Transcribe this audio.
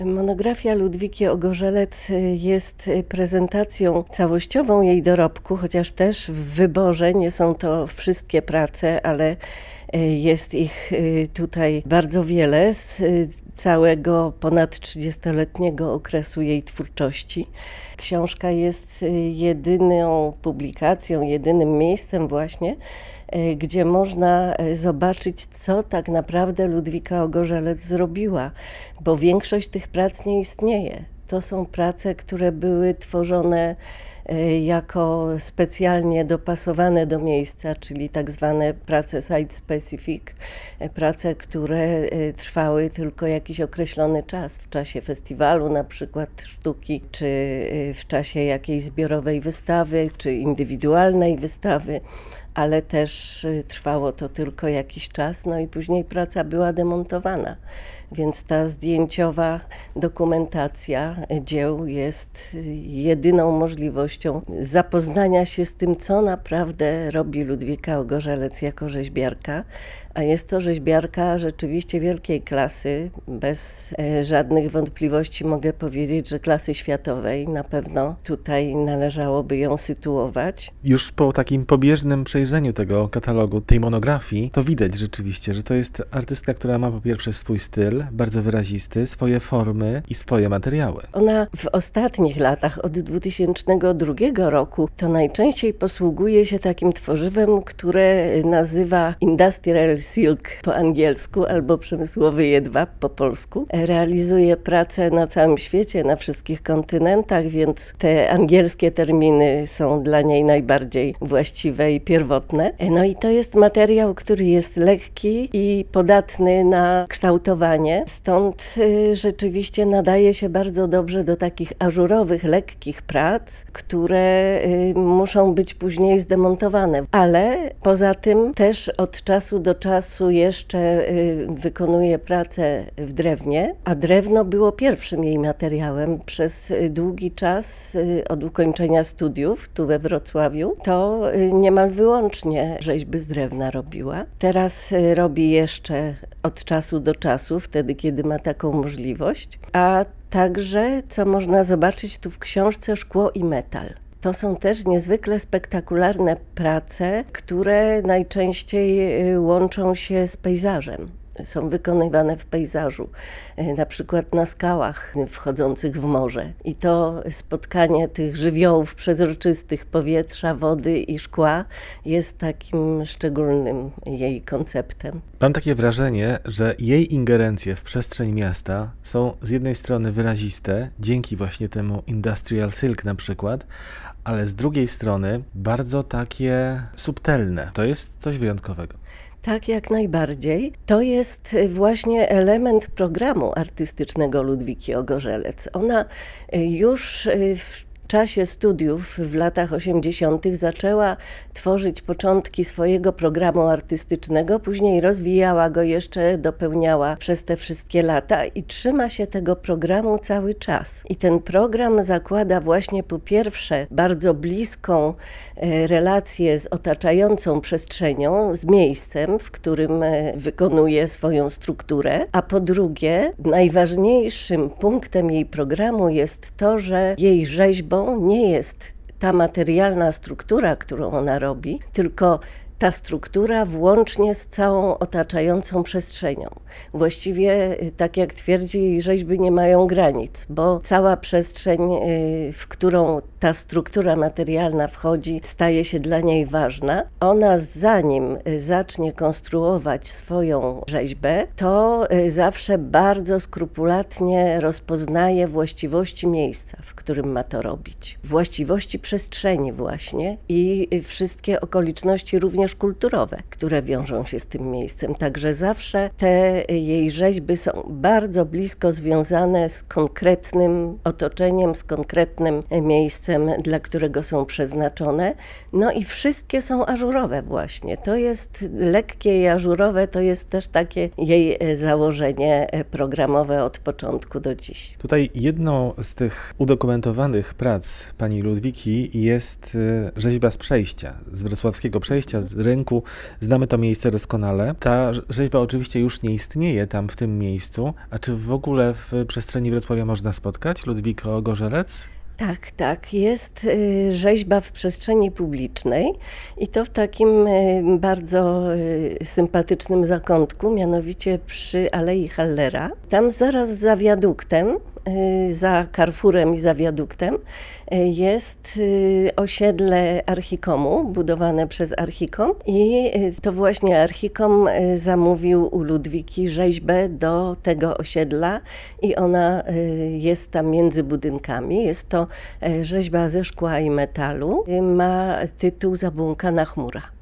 Monografia Ludwiki Ogorzelec jest prezentacją całościową jej dorobku, chociaż też w wyborze nie są to wszystkie prace, ale jest ich tutaj bardzo wiele z całego ponad 30-letniego okresu jej twórczości. Książka jest jedyną publikacją, jedynym miejscem właśnie, gdzie można zobaczyć, co tak naprawdę Ludwika Ogorzelec zrobiła, bo większość tych prac nie istnieje. To są prace, które były tworzone jako specjalnie dopasowane do miejsca, czyli tak zwane prace site-specific, prace, które trwały tylko jakiś określony czas, w czasie festiwalu na przykład sztuki, czy w czasie jakiejś zbiorowej wystawy, czy indywidualnej wystawy, ale też trwało to tylko jakiś czas, no i później praca była demontowana. Więc ta zdjęciowa dokumentacja dzieł jest jedyną możliwością zapoznania się z tym, co naprawdę robi Ludwika Ogorzelec jako rzeźbiarka, a jest to rzeźbiarka rzeczywiście wielkiej klasy, bez żadnych wątpliwości mogę powiedzieć, że klasy światowej. Na pewno tutaj należałoby ją sytuować. Już po takim pobieżnym przejrzeniu tego katalogu, tej monografii, to widać rzeczywiście, że to jest artystka, która ma po pierwsze swój styl, bardzo wyrazisty, swoje formy i swoje materiały. Ona w ostatnich latach, od 2002 roku, to najczęściej posługuje się takim tworzywem, które nazywa industrial silk po angielsku albo przemysłowy jedwab po polsku. Realizuje pracę na całym świecie, na wszystkich kontynentach, więc te angielskie terminy są dla niej najbardziej właściwe i pierwotne. No i to jest materiał, który jest lekki i podatny na kształtowanie, stąd rzeczywiście nadaje się bardzo dobrze do takich ażurowych, lekkich prac, które muszą być później zdemontowane. Ale poza tym też od czasu do czasu jeszcze wykonuje pracę w drewnie, a drewno było pierwszym jej materiałem. Przez długi czas od ukończenia studiów tu we Wrocławiu to niemal wyłącznie rzeźby z drewna robiła. Teraz robi jeszcze od czasu do czasu, wtedy kiedy ma taką możliwość, a także, co można zobaczyć tu w książce, szkło i metal. To są też niezwykle spektakularne prace, które najczęściej łączą się z pejzażem. Są wykonywane w pejzażu, na przykład na skałach wchodzących w morze. I to spotkanie tych żywiołów przezroczystych, powietrza, wody i szkła jest takim szczególnym jej konceptem. Mam takie wrażenie, że jej ingerencje w przestrzeń miasta są z jednej strony wyraziste, dzięki właśnie temu industrial silk na przykład, ale z drugiej strony bardzo takie subtelne. To jest coś wyjątkowego. Tak, jak najbardziej. To jest właśnie element programu artystycznego Ludwiki Ogorzelec. Ona już w czasie studiów w latach 80. zaczęła tworzyć początki swojego programu artystycznego, później rozwijała go jeszcze, dopełniała przez te wszystkie lata i trzyma się tego programu cały czas. I ten program zakłada właśnie po pierwsze bardzo bliską relację z otaczającą przestrzenią, z miejscem, w którym wykonuje swoją strukturę, a po drugie najważniejszym punktem jej programu jest to, że jej rzeźbą nie jest ta materialna struktura, którą ona robi, tylko ta struktura włącznie z całą otaczającą przestrzenią. Właściwie, tak jak twierdzi, jej rzeźby nie mają granic, bo cała przestrzeń, w którą ta struktura materialna wchodzi, staje się dla niej ważna. Ona zanim zacznie konstruować swoją rzeźbę, to zawsze bardzo skrupulatnie rozpoznaje właściwości miejsca, w którym ma to robić. Właściwości przestrzeni właśnie i wszystkie okoliczności również kulturowe, które wiążą się z tym miejscem. Także zawsze te jej rzeźby są bardzo blisko związane z konkretnym otoczeniem, z konkretnym miejscem, dla którego są przeznaczone. No i wszystkie są ażurowe właśnie. To jest lekkie i ażurowe, to jest też takie jej założenie programowe od początku do dziś. Tutaj jedną z tych udokumentowanych prac pani Ludwiki jest rzeźba z przejścia, z wrocławskiego przejścia, z rynku. Znamy to miejsce doskonale. Ta rzeźba oczywiście już nie istnieje tam w tym miejscu. A czy w ogóle w przestrzeni Wrocławia można spotkać Ludwiko Gorzelec? Tak, tak. Jest rzeźba w przestrzeni publicznej i to w takim bardzo sympatycznym zakątku, mianowicie przy Alei Hallera. Tam zaraz za wiaduktem, za Carrefourem i za wiaduktem jest osiedle Archikomu, budowane przez Archikom i to właśnie Archikom zamówił u Ludwiki rzeźbę do tego osiedla i ona jest tam między budynkami. Jest to rzeźba ze szkła i metalu. Ma tytuł Zabłąkana chmura.